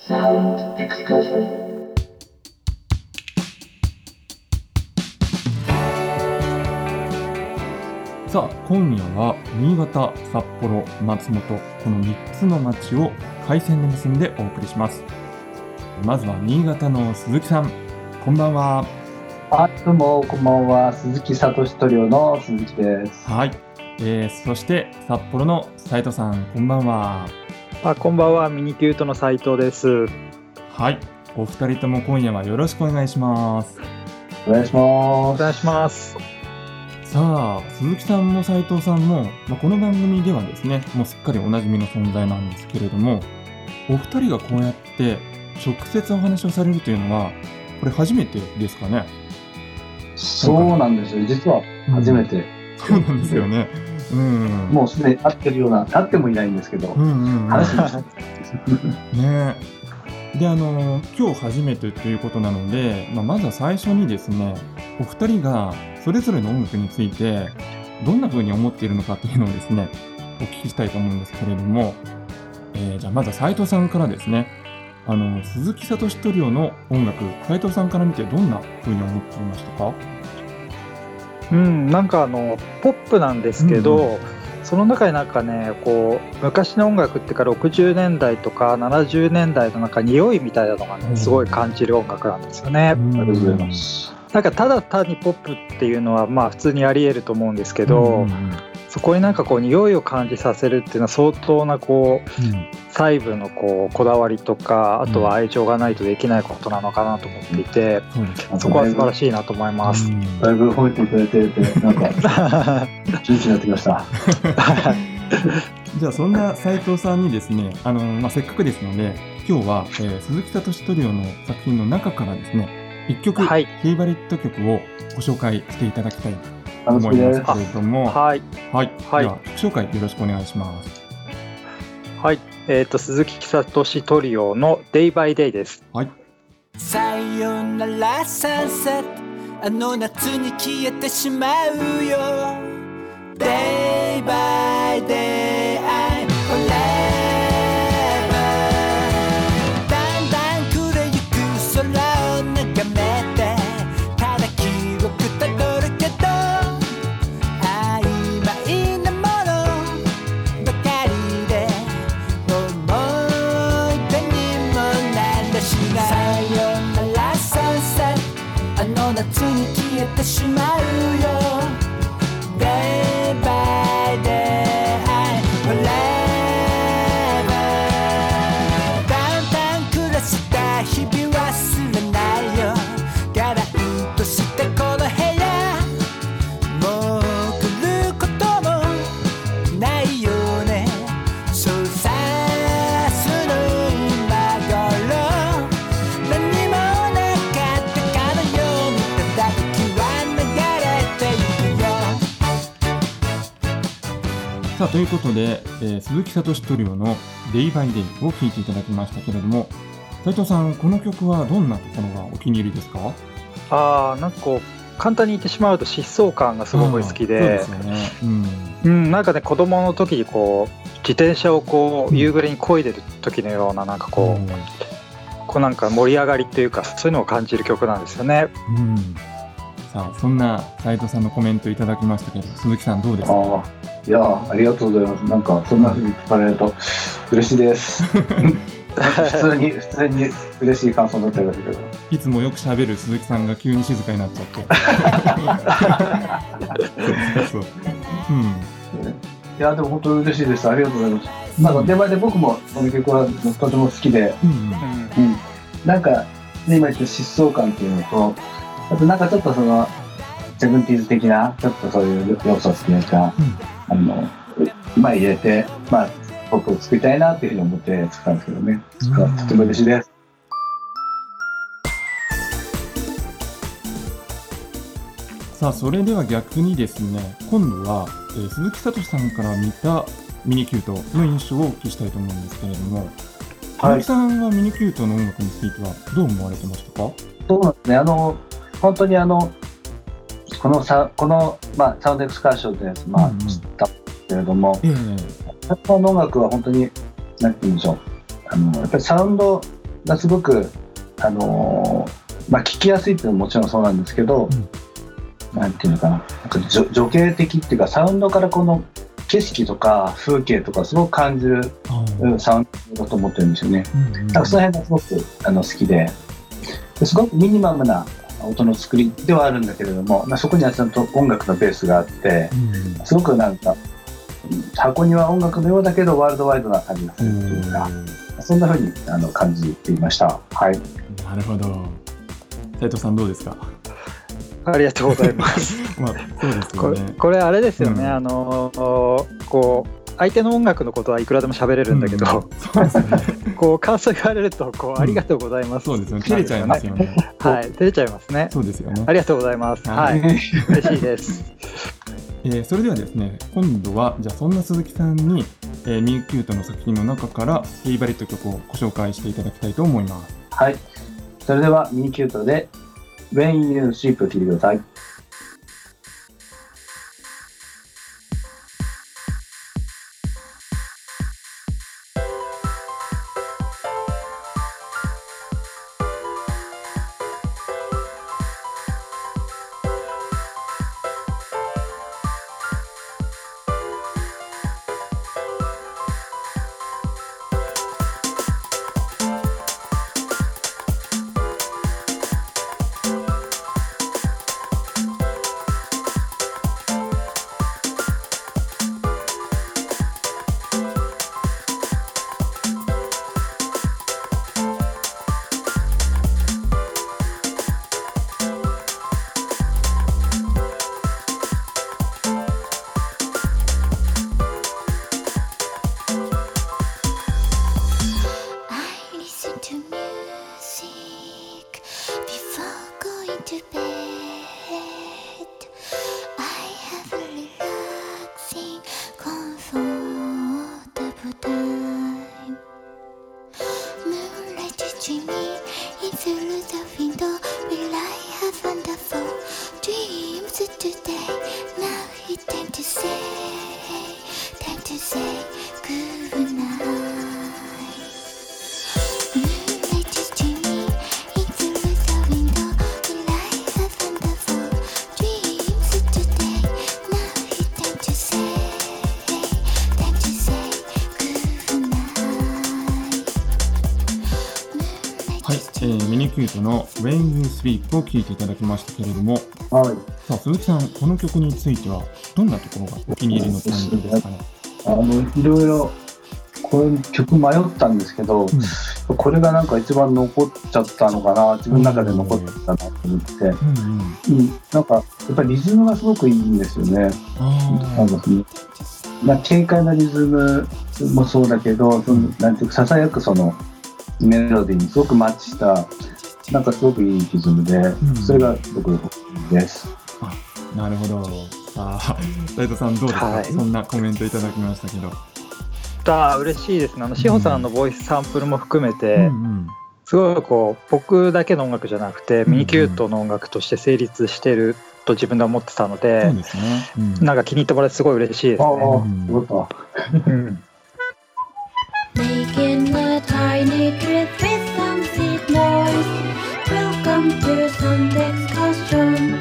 Sound excursion. さあ今夜は新潟、札幌、松本この3つの町を回線で結んでお送りします。まずは新潟の鈴木さん、こんばんは。 どうもこんばんは。鈴木聡トリオの鈴木です。 はい、そして札幌の斉藤さん、こんばんは。 こんばんは。ミニキュートの斉藤です。 はい、お二人とも今夜はよろしくお願いします。 お願いします。 お願いします。 さあ鈴木さんも斉藤さんも、この番組ではですねもうすっかりおなじみの存在なんですけれども、お二人がこうやって直接お話をされるというのはこれ初めてですかね。 そうなんですよ。実は初めて、 そうなんですよね。 もうすでに会ってるような、会ってもいないんですけど、話してましたね。で今日初めてということなので、まずは最初にですねお二人がそれぞれの音楽についてどんな風に思っているのかというのをですねお聞きしたいと思うんですけれども、じゃあまずは斉藤さんからですね。鈴木聡トリオの音楽、斉藤さんから見てどんな風に思っていましたか？ なんかポップなんですけど、その中になんかねこう昔の音楽っていうか60年代とか70年代のなんか匂いみたいなのがねすごい感じる音楽なんですよね。 ありがとうございます。 なんかただ単にポップっていうのは普通にあり得ると思うんですけど、そこになんかこう匂いを感じさせるっていうのは相当なこう、細部のこだわりとか、あとは愛情がないとできないことなのかなと思っていて、そこは素晴らしいなと思います。 だいぶ褒めていただいてなんか元気になってきましたじゃあそんな斉藤さんにですねせっかくですので今日は、鈴木聡トリオの作品の中からですね1曲、フェイバリット曲をご紹介していただきたいと思いますけれども、では曲紹介よろしくお願いします。 はい、鈴木聡トリオの Day by Day です。 はい。 さよならサンセット、あの夏に消えてしまうよ。 Day by Day I'm forever。 だんだん暮れゆく空を眺めて、ただ記憶たどるけど曖昧なものばかりで思い出にもなんだしない。さよならサンセット、あの夏に消えてしまうよ。 Day by day I'm forever。 だんだん暮らした日々忘れないよ。ガランとしたこの部屋、もう来ることもないよね。そうさすの今頃、何もなかったかのようにただ時は流れていくよ。 さあということで、鈴木聡トリオの Day by Day を聴いていただきましたけれども、斉藤さんこの曲はどんなところがお気に入りですか？ なんかこう簡単に言ってしまうと疾走感がすごく好きで、 そうですよね。 なんかね子供の時にこう自転車をこう夕暮れに漕いでる時のようななんかこうなんか盛り上がりっていうかそういうのを感じる曲なんですよね。 さあそんな斉藤さんのコメントいただきましたけど、鈴木さんどうですか？ いやありがとうございます。なんかそんな風に聞かれると嬉しいです普通に嬉しい感想になっちゃいましたけど、 いつもよく喋る鈴木さんが急に静かになっちゃってそういやでも本当に嬉しいです。ありがとうございます。なんか出前で僕もこの曲はとても好きで、なんか、ね、今言った疾走感っていうのと、あとなんかちょっとそのセブンティーズ的なちょっとそういう要素っていうか、入れて僕を作りたいなっていうふうに思って作ったんですけどね。とても嬉しいです。 さあそれでは逆にですね、今度は、鈴木聡さんから見たミニキュートの印象をお聞きしたいと思うんですけれども、鈴木さんはミニキュートの音楽についてはどう思われてましたか？ そうなんですね。本当にこのサウンドエクスカーションで知ったんですけれども、この音楽は本当に何て言うんでしょう、やっぱりサウンドがすごく、聞きやすいっていうのももちろんそうなんですけど、なんていうのかな、なんか情景的っていうか、サウンドからこの景色とか風景とかすごく感じるサウンドだと思ってるんですよね。だからその辺がすごく好きですごくミニマムな音の作りではあるんだけれども、そこにはちゃんと音楽のベースがあって、すごくなんか箱庭は音楽のようだけどワールドワイドな感じがするというか、そんな風に感じていました。はい。 なるほど。斉藤さんどうですか？ ありがとうございます。 そうですよね。 これあれですよね。こう相手の音楽のことはいくらでも喋れるんだけど、そうですね、こう感想言われるとありがとうございます。 そうですよね。照れちゃいますよね。 はい、照れちゃいますね。 そうですよね。 ありがとうございます。はい、嬉しいです。 それではですね、今度はじゃあそんな鈴木さんに、ミニキュートの作品の中からフェイバリット曲をご紹介していただきたいと思います。 はい。それではミニキュートで When You Sleep を聴いてください。 ミニキュートの When You Sleep を聴いていただきましたけれども、 はい、 さあ鈴木さん、この曲についてはどんなところがお気に入りのポイントですかね？ いろいろこの曲迷ったんですけど、これがなんか一番残っちゃったのかな、自分の中で残ったなと思って、なんかやっぱりリズムがすごくいいんですよね。軽快なリズムもそうだけど、なんていうかささやくそのメロディーにすごくマッチしたなんかすごくいいリズムで、それが僕の好きです。 なるほど。斉藤さんどうですか？はい、そんなコメントいただきましたけど。 嬉しいですね。志保さんのボイスサンプルも含めて、すごいこう僕だけの音楽じゃなくて、ミニキュートの音楽として成立してると自分で思ってたので、 そうですね、 なんか気に入ってもらえてすごい嬉しいですね。 Making a tiny trip with some seed noise. Welcome to some excursion.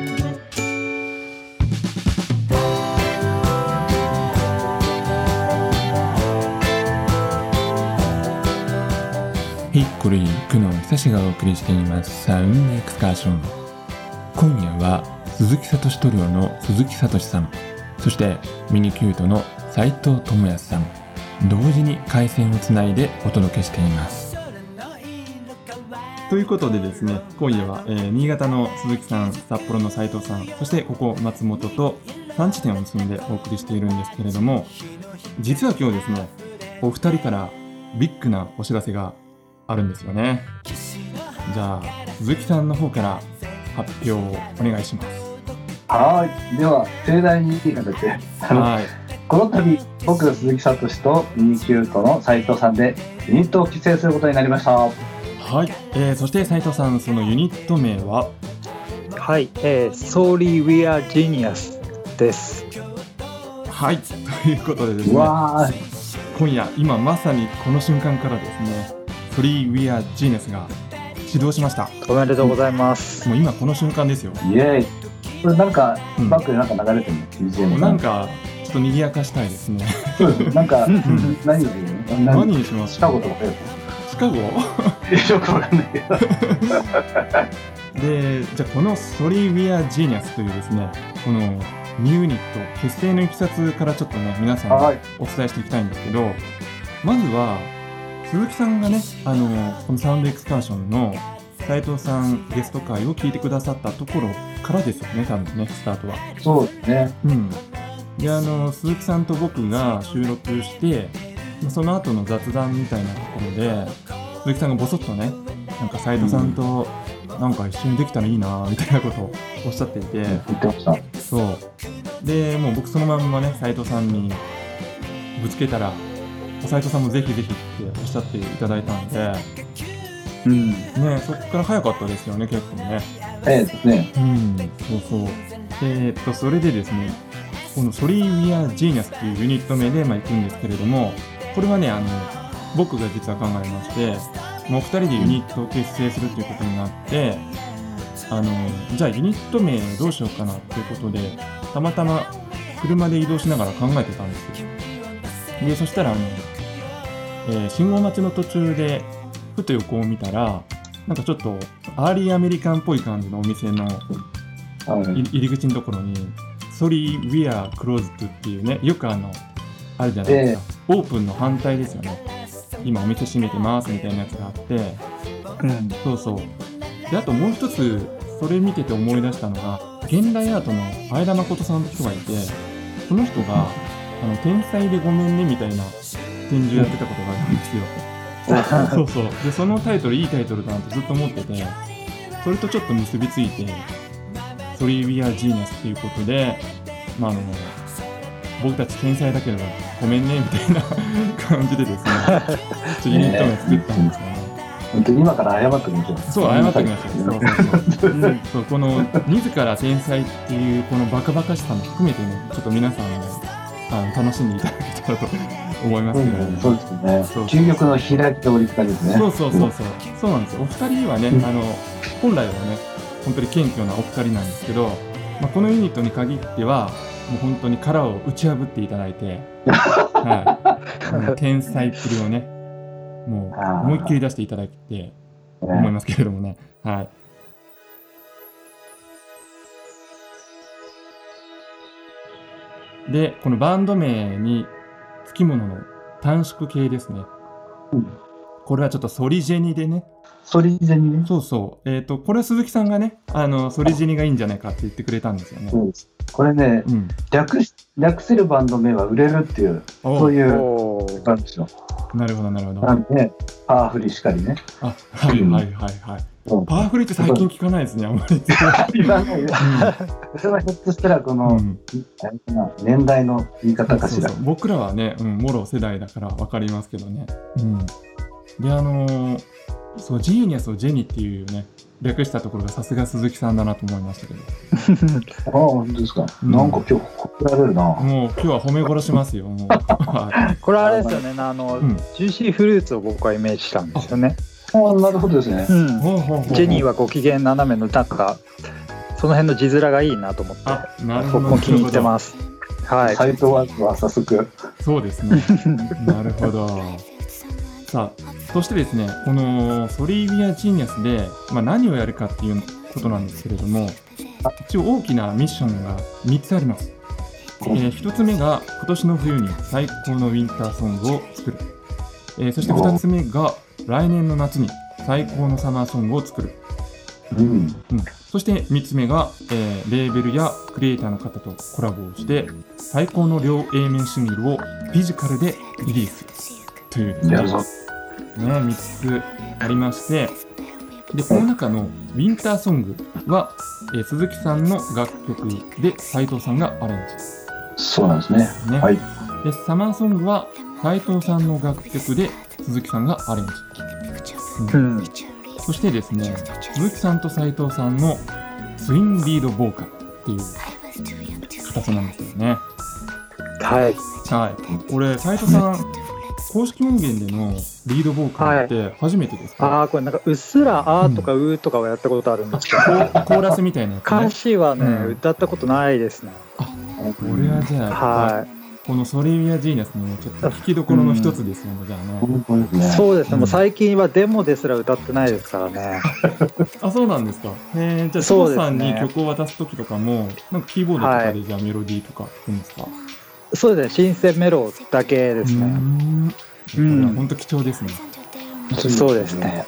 ヒッコリー久野久志がお送りしていますサウンドエクスカーション。今夜は鈴木聡トリオの鈴木聡さん、そしてミニキュートの斉藤智康さん、同時に回線をつないでお届けしています。ということでですね、今夜は、新潟の鈴木さん、札幌の斉藤さん、そしてここ松本と3地点を結んでお送りしているんですけれども、実は今日ですね、お二人からビッグなお知らせがあるんですよね。じゃあ鈴木さんの方から発表をお願いします。 はい、では盛大にいかれて、この度僕の鈴木聡とミニキュートの斉藤さんでユニットを結成することになりました。 はい、そして斉藤さん、そのユニット名ははい、Sorry We Are Genius です。 はい、ということでですね、今夜今まさにこの瞬間からですね、 3 We Are Genius が始動しました。 おめでとうございます。 もう今この瞬間ですよ。 イエーイ。これなんか、バックでなんか流れてるの BGM なんかちょっと賑やかしたいですね。 そうです。なんか何にします？ シカゴとかシカゴ？ よくわかんないけど。 で、じゃあこの3 We Are Genius というですね、このニューユニット結成のいきさつからちょっとね皆さんにお伝えしていきたいんですけど、まずは鈴木さんがね、このサウンドエクスカーションの斉藤さんゲスト会を聞いてくださったところからですよね、多分ね、スタートは。 そうですね。 で、鈴木さんと僕が収録して、その後の雑談みたいなところで、鈴木さんがボソッとね、なんか斉藤さんとなんか一緒にできたらいいなみたいなことをおっしゃっていて、 言ってました。 そう。で、もう僕そのまんまね、斉藤さんにぶつけたら、斉藤さんもぜひぜひっておっしゃっていただいたんで、ね、そこから早かったですよね、結構ね。 ですね。 そうそう。それでですね、この3 We Are Genius っていうユニット名で行くんですけれども、これはね、僕が実は考えまして、もう2人でユニットを結成するということになって、じゃあユニット名どうしようかなということで、たまたま車で移動しながら考えてたんですよ。で、そしたら信号待ちの途中でふと横を見たら、なんかちょっとアーリーアメリカンっぽい感じのお店の入り口のところにSorry We Are Closed っていうね、よくあるじゃないですか、オープンの反対ですよね。今お店閉めてますみたいなやつがあって、そうそう。で、あともう一つそれ見てて思い出したのが、現代アートの相田誠さんって人がいて、その人が天才でごめんねみたいな展示をやってたことがあるんですよ。そうそう。で、そのタイトルいいタイトルだなってずっと思ってて、それとちょっと結びついて3 We Are Genius っていうことで、僕たち天才だけどごめんねみたいな感じでですね、ユニット名作ったんですよね。 本当に今から謝ってください。 そう、謝ってください。そう、この自ら天才っていうこのバカバカしさも含めてね、ちょっと皆さんね、楽しんでいただけたらと思いますけどね。 そうですね。究極の開きと折り返しですね。そうなんですよ。お二人はね、本来はね、本当に謙虚なお二人なんですけど、このユニットに限ってはもう本当に殻を打ち破っていただいて、天才っぷりをね、もう思いっきり出していただいて思いますけれどもね。で、このバンド名につきものの短縮形ですね。これはちょっとソリジェニでね。 ソリジェニね。 そうそう。これは鈴木さんがね、ソリジェニがいいんじゃないかって言ってくれたんですよね。 そうです。これね、略せるバンド名は売れるっていう、そういうバンドですよ。 なるほど。 なんで、パワフリしかりね。 はい。パワフリって最近聞かないですね、あんまり。 言わないで。それはひょっとしたら、この、年代の言い方かしら。 僕らはね、もろ世代だから分かりますけどね。で、そう、ジーニアスをジェニっていうね、略したところがさすが鈴木さんだなと思いましたけど。 本当ですか。なんか今日褒められるな。 もう今日は褒め殺しますよ。もうこれあれですよね、ジューシーフルーツを僕はイメージしたんですよね。 なるほどですね。 ジェニーはご機嫌斜めのなんかその辺の字面がいいなと思って、僕も気に入ってます。はい。 サイトワークは早速。 そうですね。なるほど。さあ、そしてですね、この3 We Are Geniusで、何をやるかっていうことなんですけれども、一応大きなミッションが3つあります。1つ目が今年の冬に最高のウィンターソングを作る。そして2つ目が来年の夏に最高のサマーソングを作る。そして3つ目が、レーベルやクリエイターの方とコラボをして最高の両 A 面シングルをフィジカルでリリースというですね、3つありまして、でこの中のウィンターソングは、鈴木さんの楽曲で斉藤さんがアレンジ。 そうなんですね。はい。 でサマーソングは斉藤さんの楽曲で鈴木さんがアレンジ。そしてですね、鈴木さんと斉藤さんのツインリードボーカルっていう形なんですよね。 はい。 これ斉藤さん公式音源でのリードボーカルって初めてですか？ これなんかうっすらあーとかうーとかはやったことあるんですけど、 コーラスみたいなやつね。 歌詞はね、歌ったことないですね。 これはじゃあ、このソレイユ・ジーナスのちょっと聞きどころの一つですよね、じゃあね。 そうですね、もう最近はデモですら歌ってないですからね。 そうなんですか。じゃあ翔さんに曲を渡す時とかもなんかキーボードとかでじゃあメロディーとか弾くんですか？ そうですね、シンセメロだけですね。 本当貴重ですね。 そうですね。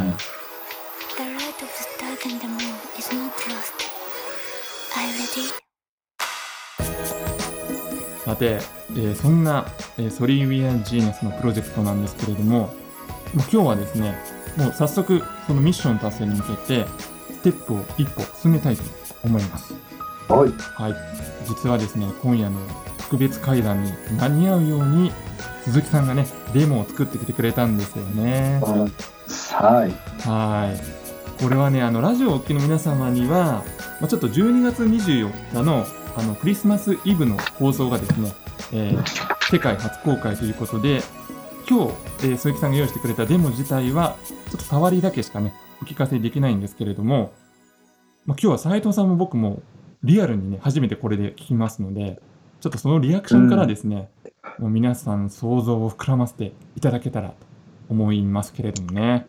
さて、そんな、ソレイユ・ジーナスのプロジェクトなんですけれども、今日はですね、もう早速そのミッション達成に向けてステップを一歩進めたいと思います。はい。実はですね、今夜の特別会談に間に合うように鈴木さんがねデモを作ってきてくれたんですよね。これはねラジオをお聞きの皆様には、ちょっと12月24日のクリスマスイブの放送がですね、世界初公開ということで今日、鈴木さんが用意してくれたデモ自体はちょっと触りだけしかねお聞かせできないんですけれども、今日は斉藤さんも僕もリアルにね初めてこれで聞きますので、ちょっとそのリアクションからですね、もう皆さん想像を膨らませていただけたらと思いますけれどもね。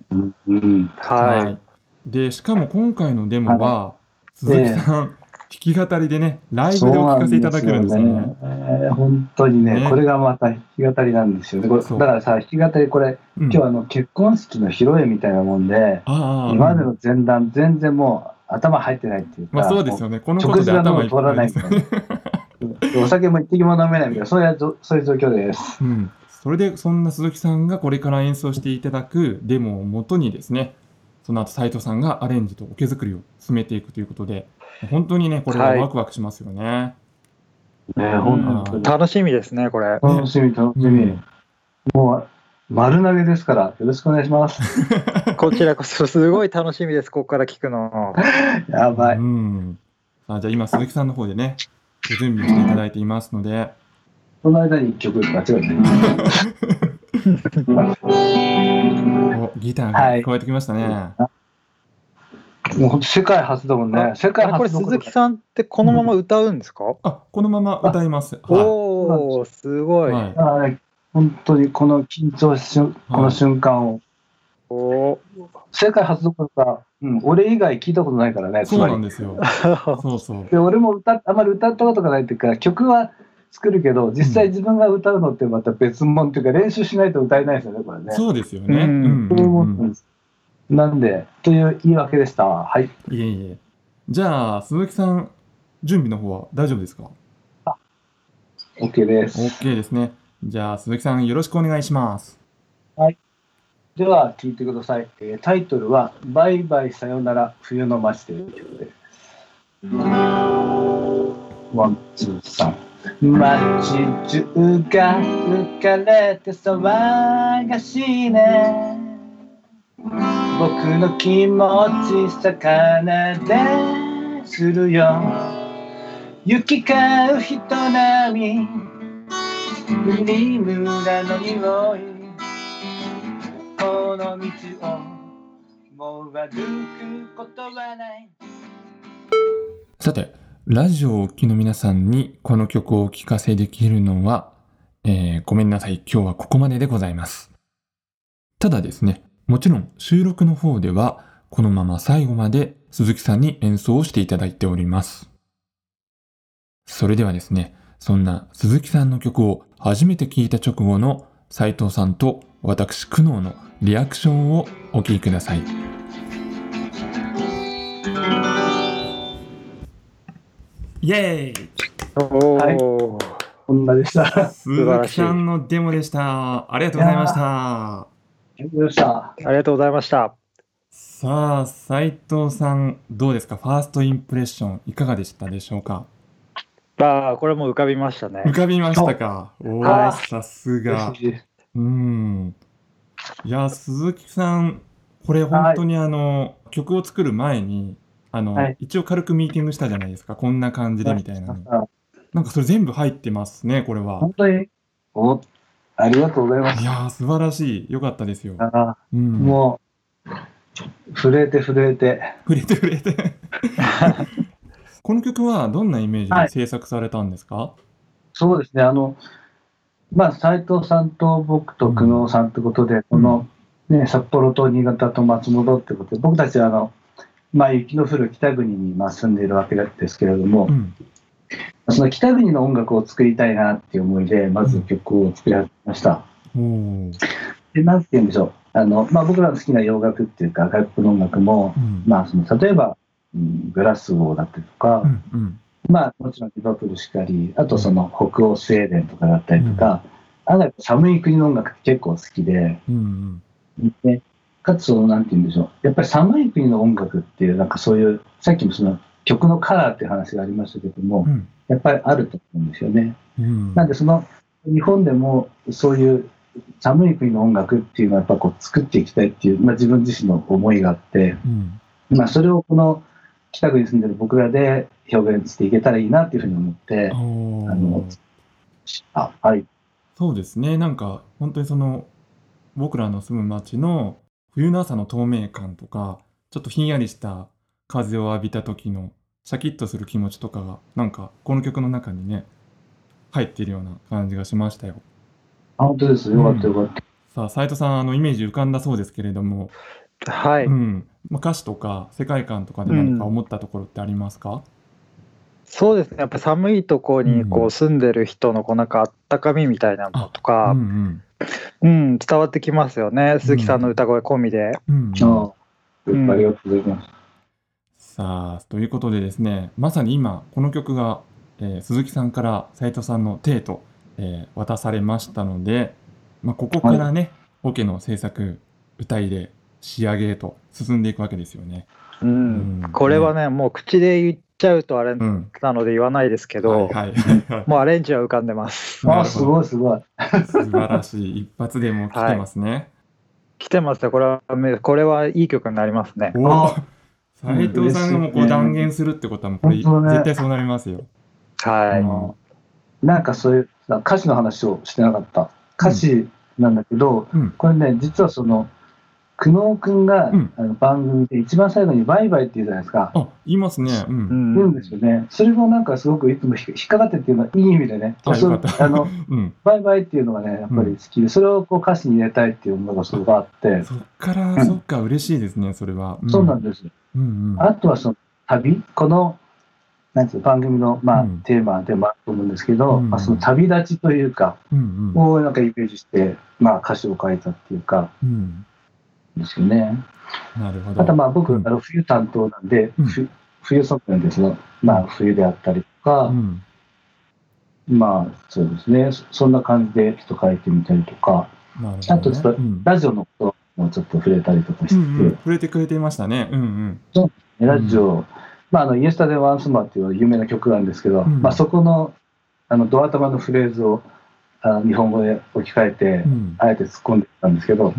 でしかも今回のデモは、鈴木さん、弾き語りでねライブでお聞かせいただけるんですよね。 本当にねこれがまた弾き語りなんですよね。だからさ、弾き語りこれ、今日結婚式の披露宴みたいなもんで、今までの前段全然もう頭入ってないっていうか、 そうですよね。このことで頭いっぱいです。 お酒も一滴も飲めないみたいな、そういう状況です。 それでそんな鈴木さんがこれから演奏していただくデモをもとにですね、その後斉藤さんがアレンジとオケ作りを進めていくということで、本当にねこれはワクワクしますよね。 本当に楽しみですねこれ。 楽しみ。もう丸投げですからよろしくお願いします。 こちらこそすごい楽しみです。ここから聞くの。 やばい。 じゃあ今鈴木さんの方でね準備していただいていますので、 その間に1曲間違えてギターが聞こえてきましたね。 もう本当世界初だもんね。世界初。 これ鈴木さんってこのまま歌うんですか？ このまま歌います。 おお、すごい。 本当にこの緊張しこの瞬間を。世界初どころか、俺以外聞いたことないからね。 そうなんですよ。 で俺もあまり歌ったことがないっていうか、曲は作るけど実際自分が歌うのってまた別物っていうか、練習しないと歌えないですよねこれね。 そうですよね。 なんでという言い訳でした。はい。 いえ。じゃあ鈴木さん準備の方は大丈夫ですか ？OK です。 OK ですね。じゃあ鈴木さんよろしくお願いします。 はい。では聴いてください。タイトルはバイバイさよなら冬の街という曲です。ワンツーサン。街中が浮かれて騒がしいね。僕の気持ち魚でするよ。行き交う人並み海村の匂い、この道をもう歩くことはない。 さてラジオをお聞きの皆さんにこの曲をお聴かせできるのは、ごめんなさい、今日はここまででございます。ただですね、もちろん収録の方ではこのまま最後まで鈴木さんに演奏をしていただいております。それではですね、そんな鈴木さんの曲を初めて聴いた直後の斉藤さんと私久能のリアクションをお聴きください。イエーイ。 こんなでした。 鈴木さんのデモでした。ありがとうございました。 ありがとうございました。 さあ斉藤さんどうですか？ファーストインプレッションいかがでしたでしょうか？ これも浮かびましたね。 浮かびましたか？さすが。いや鈴木さんこれ本当に曲を作る前に一応軽くミーティングしたじゃないですか。こんな感じでみたいな。なんかそれ全部入ってますねこれは。 本当にありがとうございます。 いやー素晴らしい。よかったですよ。 もう震えてこの曲はどんなイメージで制作されたんですか？ そうですね、斉藤さんと僕と久能さんということで、この、ね、札幌と新潟と松本ってことで、僕たちは雪の降る北国に住んでいるわけですけれども、その北国の音楽を作りたいなっていう思いで、まず曲を作り始めました。で、なんて言うんでしょう、僕らの好きな洋楽っていうか、外国の音楽も、例えば、グラスゴーだったりとか、もちろんリバプールしかり、あとその北欧スウェーデンとかだったりとか、寒い国の音楽って結構好きで、でかつなんて言うんでしょう、やっぱり寒い国の音楽っていう、そういう、さっきもその曲のカラーっていう話がありましたけども、やっぱりあると思うんですよね。なんで日本でもそういう寒い国の音楽っていうのはやっぱ作っていきたいっていう、自分自身の思いがあって、それをこの北国に住んでる僕らで表現していけたらいいなっていうふうに思って、はい。 そうですね。本当に僕らの住む町の冬の朝の透明感とか、ちょっとひんやりした風を浴びた時のシャキッとする気持ちとかがこの曲の中にね入っているような感じがしましたよ。 本当です。よかったよかった。 さあ斉藤さんイメージ浮かんだそうですけれども、 はい。 歌詞とか世界観とかで何か思ったところってありますか？ そうですね。やっぱ寒いところに住んでる人のあったかみみたいなのとか、伝わってきますよね。鈴木さんの歌声込みで。 ありがとうございます。 さあということでですね、まさに今この曲が、鈴木さんから斉藤さんの手へと、渡されましたので、ここからね、オケの制作、歌入れ、仕上げへと進んでいくわけですよね。 これはね、もう口で言っちゃうとあれなので言わないですけど、もうアレンジは浮かんでます。 すごい素晴らしい。一発でも来てますね。 来てますね。これはいい曲になりますね。 斉藤さんがも断言するってことはこれ絶対そうなりますよ。 そういう歌詞の話をしてなかった。歌詞なんだけど、これね、実は久能くんが、番組で一番最後にバイバイって言うじゃないですか。 言いますね。 言うんですよね。それもすごくいつも引っかかってっていうのはいい意味でね。バイバイっていうのがね、やっぱり好きで、それを歌詞に入れたいっていうのがすごくあって。 そっか、嬉しいですね、それは。 そうなんです。あとは旅、この、番組の、テーマでもあると思うんですけど、その旅立ちというか、をイメージして、歌詞を書いたっていうか、ですよね。 なるほど。 あと僕、冬担当なんで、冬ソングなんですよ。冬であったりとか、そうですね。そんな感じでちょっと書いてみたりとか、あとちょっとラジオのこともちょっと触れたりとかして、 触れてくれていましたね。 そうですね。ラジオ、イエスタデーワンスマーっていう有名な曲なんですけど、そこのドア玉のフレーズを日本語で置き換えて、あえて突っ込んでたんですけど、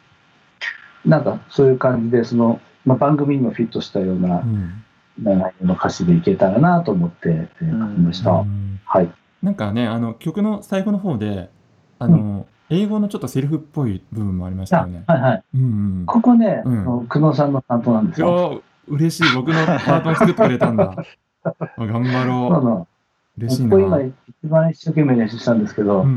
そういう感じで番組にもフィットしたような内容の歌詞でいけたらなと思って書きました。はい。 曲の最後の方で英語のちょっとセリフっぽい部分もありましたよね。 ここね、久能さんの担当なんですよ。 嬉しい。僕のパートを作ってくれたんだ。頑張ろう。嬉しいな。 今一番一生懸命練習したんですけど。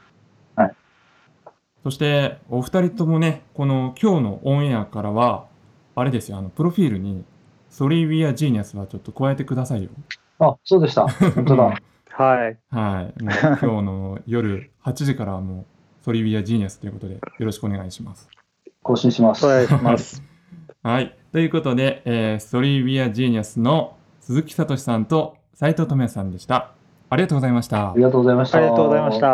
そしてお二人ともね、この今日のオンエアからはあれですよ、プロフィールにSorry We Are Geniusはちょっと加えてくださいよ。 そうでした。本当だ。 はい。 もう今日の夜8時からはもうSorry We Are Geniusということでよろしくお願いします。 更新します。 お願いします。 はい。ということで、Sorry We Are Geniusの鈴木聡さんと斉藤智也さんでした。ありがとうございました。 ありがとうございました。 ありがとうございました。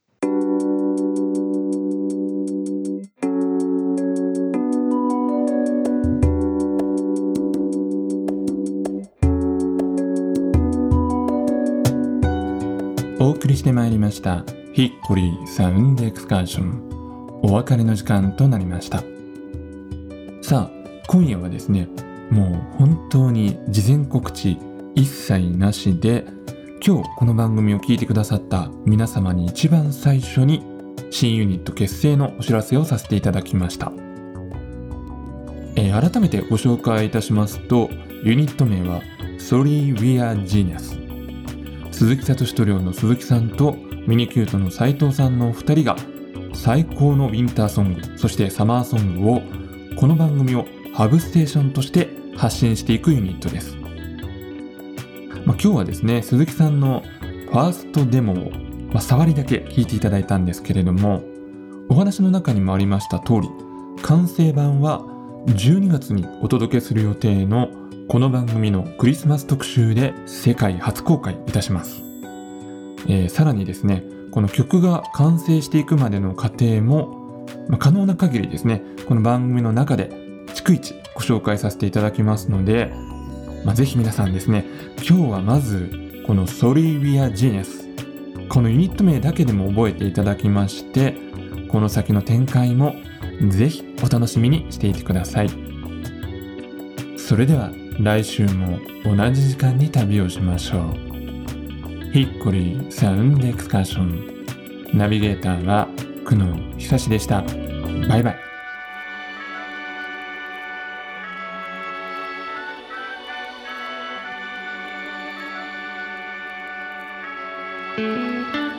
お送りしてまいりましたヒッコリーサウンドエクスカーション、お別れの時間となりました。さあ今夜はですね、もう本当に事前告知一切なしで、今日この番組を聞いてくださった皆様に一番最初に新ユニット結成のお知らせをさせていただきました。改めてご紹介いたしますと、ユニット名は Sorry We Are Genius。 鈴木聡塗料の鈴木さんとミニキュートの斉藤さんのお二人が最高のウィンターソング、そしてサマーソングをこの番組をハブステーションとして発信していくユニットです。今日はですね、鈴木さんのファーストデモを、触りだけ聞いていただいたんですけれども、お話の中にもありました通り、完成版は12月にお届けする予定のこの番組のクリスマス特集で世界初公開いたします。さらにですね、この曲が完成していくまでの過程も、可能な限りですね、この番組の中で逐一ご紹介させていただきますので、ぜひ皆さんですね、今日はまずこの Sorry We Are Genius、 このユニット名だけでも覚えていただきまして、この先の展開もぜひお楽しみにしていてください。それでは来週も同じ時間に旅をしましょう。ヒッコリーサウンドエクスカーション、ナビゲーターは久野久志でした。バイバイ。